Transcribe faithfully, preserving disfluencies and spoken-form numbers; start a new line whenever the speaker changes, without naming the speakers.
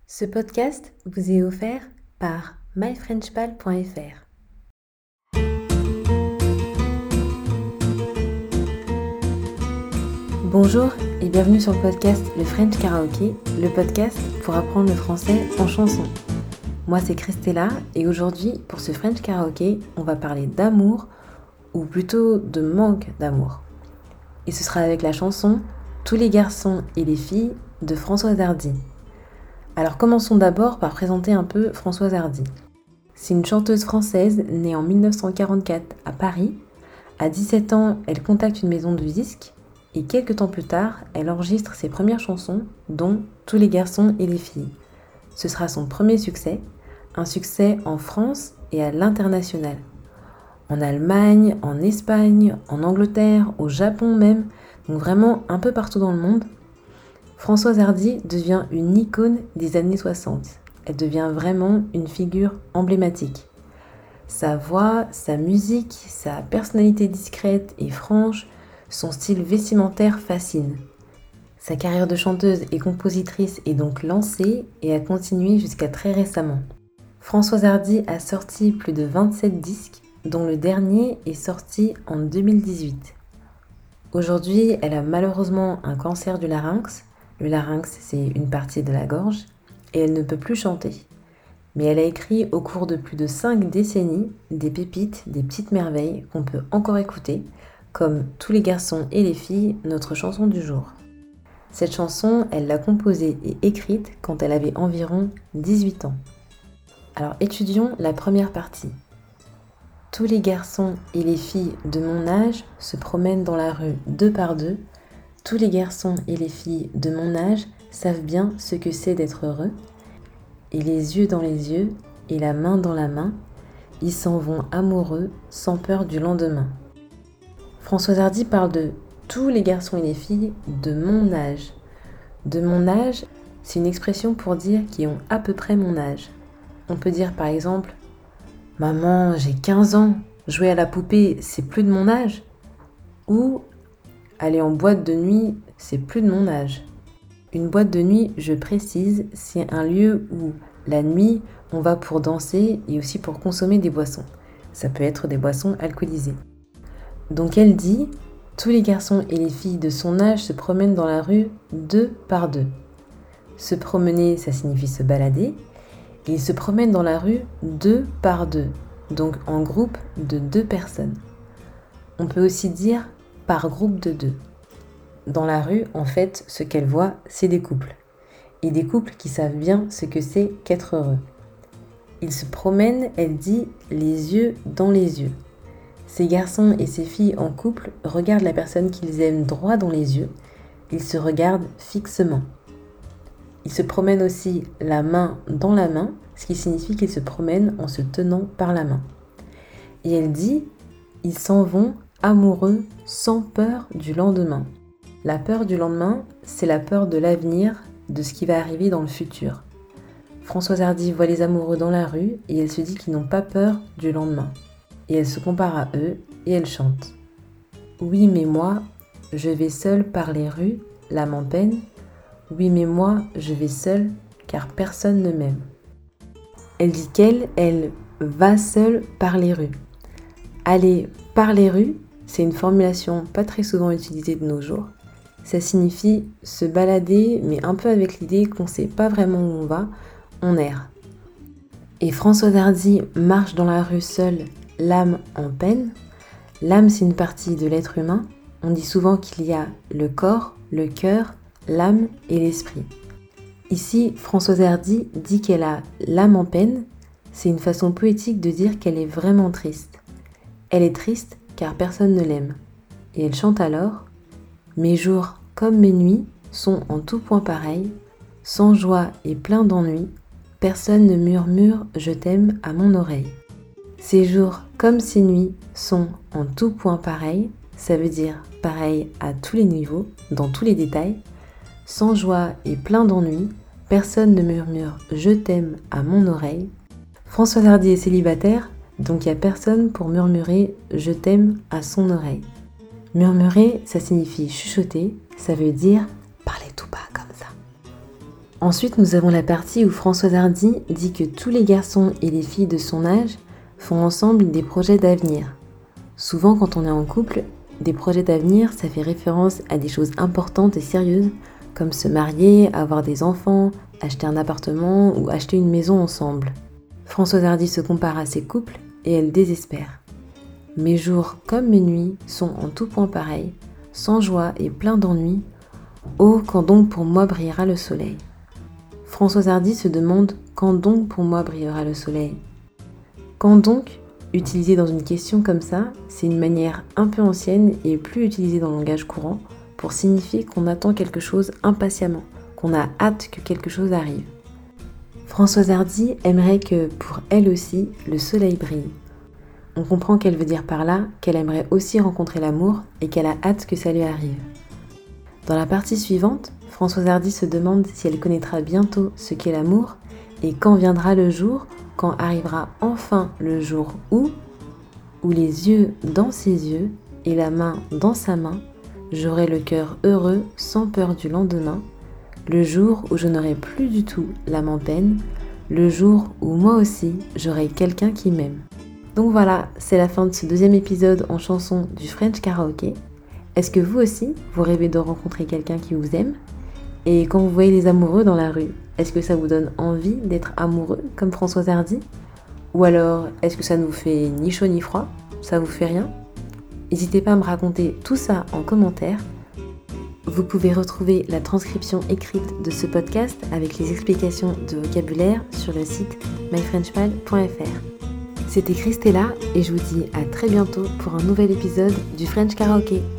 Ce podcast vous est offert par my french pal point f r. Bonjour et bienvenue sur le podcast Le French Karaoke, le podcast pour apprendre le français en chanson. Moi c'est Christella et aujourd'hui pour ce French Karaoke, on va parler d'amour ou plutôt de manque d'amour. Et ce sera avec la chanson Tous les garçons et les filles de Françoise Hardy. Alors commençons d'abord par présenter un peu Françoise Hardy. C'est une chanteuse française née en dix-neuf cent quarante-quatre à Paris. À dix-sept ans, elle contacte une maison de disques et quelques temps plus tard, elle enregistre ses premières chansons, dont Tous les garçons et les filles. Ce sera son premier succès, un succès en France et à l'international. En Allemagne, en Espagne, en Angleterre, au Japon même, donc vraiment un peu partout dans le monde. Françoise Hardy devient une icône des années soixante. Elle devient vraiment une figure emblématique. Sa voix, sa musique, sa personnalité discrète et franche, son style vestimentaire fascine. Sa carrière de chanteuse et compositrice est donc lancée et a continué jusqu'à très récemment. Françoise Hardy a sorti plus de vingt-sept disques, dont le dernier est sorti en deux mille dix-huit. Aujourd'hui, elle a malheureusement un cancer du larynx. Le larynx, c'est une partie de la gorge, et elle ne peut plus chanter. Mais elle a écrit au cours de plus de cinq décennies des pépites, des petites merveilles qu'on peut encore écouter, comme Tous les garçons et les filles, notre chanson du jour. Cette chanson, elle l'a composée et écrite quand elle avait environ dix-huit ans. Alors étudions la première partie. Tous les garçons et les filles de mon âge se promènent dans la rue deux par deux. Tous les garçons et les filles de mon âge savent bien ce que c'est d'être heureux. Et les yeux dans les yeux et la main dans la main, ils s'en vont amoureux sans peur du lendemain. Françoise Hardy parle de tous les garçons et les filles de mon âge. De mon âge, c'est une expression pour dire qu'ils ont à peu près mon âge. On peut dire par exemple « Maman, j'ai quinze ans, jouer à la poupée, c'est plus de mon âge » ou « Aller en boîte de nuit, c'est plus de mon âge ». Une boîte de nuit, je précise, c'est un lieu où la nuit, on va pour danser et aussi pour consommer des boissons. Ça peut être des boissons alcoolisées. Donc elle dit « Tous les garçons et les filles de son âge se promènent dans la rue deux par deux ». Se promener, ça signifie se balader. Et ils se promènent dans la rue deux par deux, donc en groupe de deux personnes. On peut aussi dire par groupe de deux. Dans la rue, en fait, ce qu'elle voit, c'est des couples. Et des couples qui savent bien ce que c'est qu'être heureux. Ils se promènent, elle dit, les yeux dans les yeux. Ces garçons et ces filles en couple regardent la personne qu'ils aiment droit dans les yeux. Ils se regardent fixement. Ils se promènent aussi la main dans la main, ce qui signifie qu'ils se promènent en se tenant par la main. Et elle dit, ils s'en vont amoureux sans peur du lendemain. La peur du lendemain, c'est la peur de l'avenir, de ce qui va arriver dans le futur. Françoise Hardy voit les amoureux dans la rue et elle se dit qu'ils n'ont pas peur du lendemain. Et elle se compare à eux et elle chante. Oui, mais moi, je vais seule par les rues, l'âme en peine. Oui, mais moi, je vais seule, car personne ne m'aime. Elle dit qu'elle, elle va seule par les rues. Aller par les rues, c'est une formulation pas très souvent utilisée de nos jours. Ça signifie se balader, mais un peu avec l'idée qu'on ne sait pas vraiment où on va, on erre. Et Françoise Hardy marche dans la rue seule, l'âme en peine. L'âme, c'est une partie de l'être humain. On dit souvent qu'il y a le corps, le cœur, l'âme et l'esprit. Ici, Françoise Hardy dit qu'elle a l'âme en peine. C'est une façon poétique de dire qu'elle est vraiment triste. Elle est triste car personne ne l'aime. Et elle chante alors « Mes jours comme mes nuits sont en tout point pareils, sans joie et plein d'ennui, personne ne murmure « je t'aime » à mon oreille. Ces jours comme ces nuits sont en tout point pareils, ça veut dire pareil à tous les niveaux, dans tous les détails, sans joie et plein d'ennui, personne ne murmure « je t'aime » à mon oreille. Françoise Hardy est célibataire, donc il n'y a personne pour murmurer « je t'aime » à son oreille. Murmurer, ça signifie chuchoter, ça veut dire parler tout bas comme ça. Ensuite, nous avons la partie où Françoise Hardy dit que tous les garçons et les filles de son âge font ensemble des projets d'avenir. Souvent, quand on est en couple, des projets d'avenir, ça fait référence à des choses importantes et sérieuses, comme se marier, avoir des enfants, acheter un appartement ou acheter une maison ensemble. Françoise Hardy se compare à ces couples et elle désespère. Mes jours comme mes nuits sont en tout point pareils, sans joie et plein d'ennuis. Oh, quand donc pour moi brillera le soleil. Françoise Hardy se demande quand donc pour moi brillera le soleil. Quand donc, utilisé dans une question comme ça, c'est une manière un peu ancienne et plus utilisée dans le langage courant pour signifier qu'on attend quelque chose impatiemment, qu'on a hâte que quelque chose arrive. Françoise Hardy aimerait que, pour elle aussi, le soleil brille. On comprend qu'elle veut dire par là qu'elle aimerait aussi rencontrer l'amour et qu'elle a hâte que ça lui arrive. Dans la partie suivante, Françoise Hardy se demande si elle connaîtra bientôt ce qu'est l'amour et quand viendra le jour, quand arrivera enfin le jour où, où les yeux dans ses yeux et la main dans sa main, j'aurai le cœur heureux sans peur du lendemain, le jour où je n'aurai plus du tout l'âme en peine, le jour où moi aussi j'aurai quelqu'un qui m'aime. Donc voilà, c'est la fin de ce deuxième épisode en chanson du French Karaoké. Est-ce que vous aussi, vous rêvez de rencontrer quelqu'un qui vous aime ? Et quand vous voyez les amoureux dans la rue, est-ce que ça vous donne envie d'être amoureux comme Françoise Hardy ? Ou alors, est-ce que ça ne vous fait ni chaud ni froid ? Ça vous fait rien ? N'hésitez pas à me raconter tout ça en commentaire. Vous pouvez retrouver la transcription écrite de ce podcast avec les explications de vocabulaire sur le site my french pal point f r. C'était Christella et je vous dis à très bientôt pour un nouvel épisode du French Karaoké.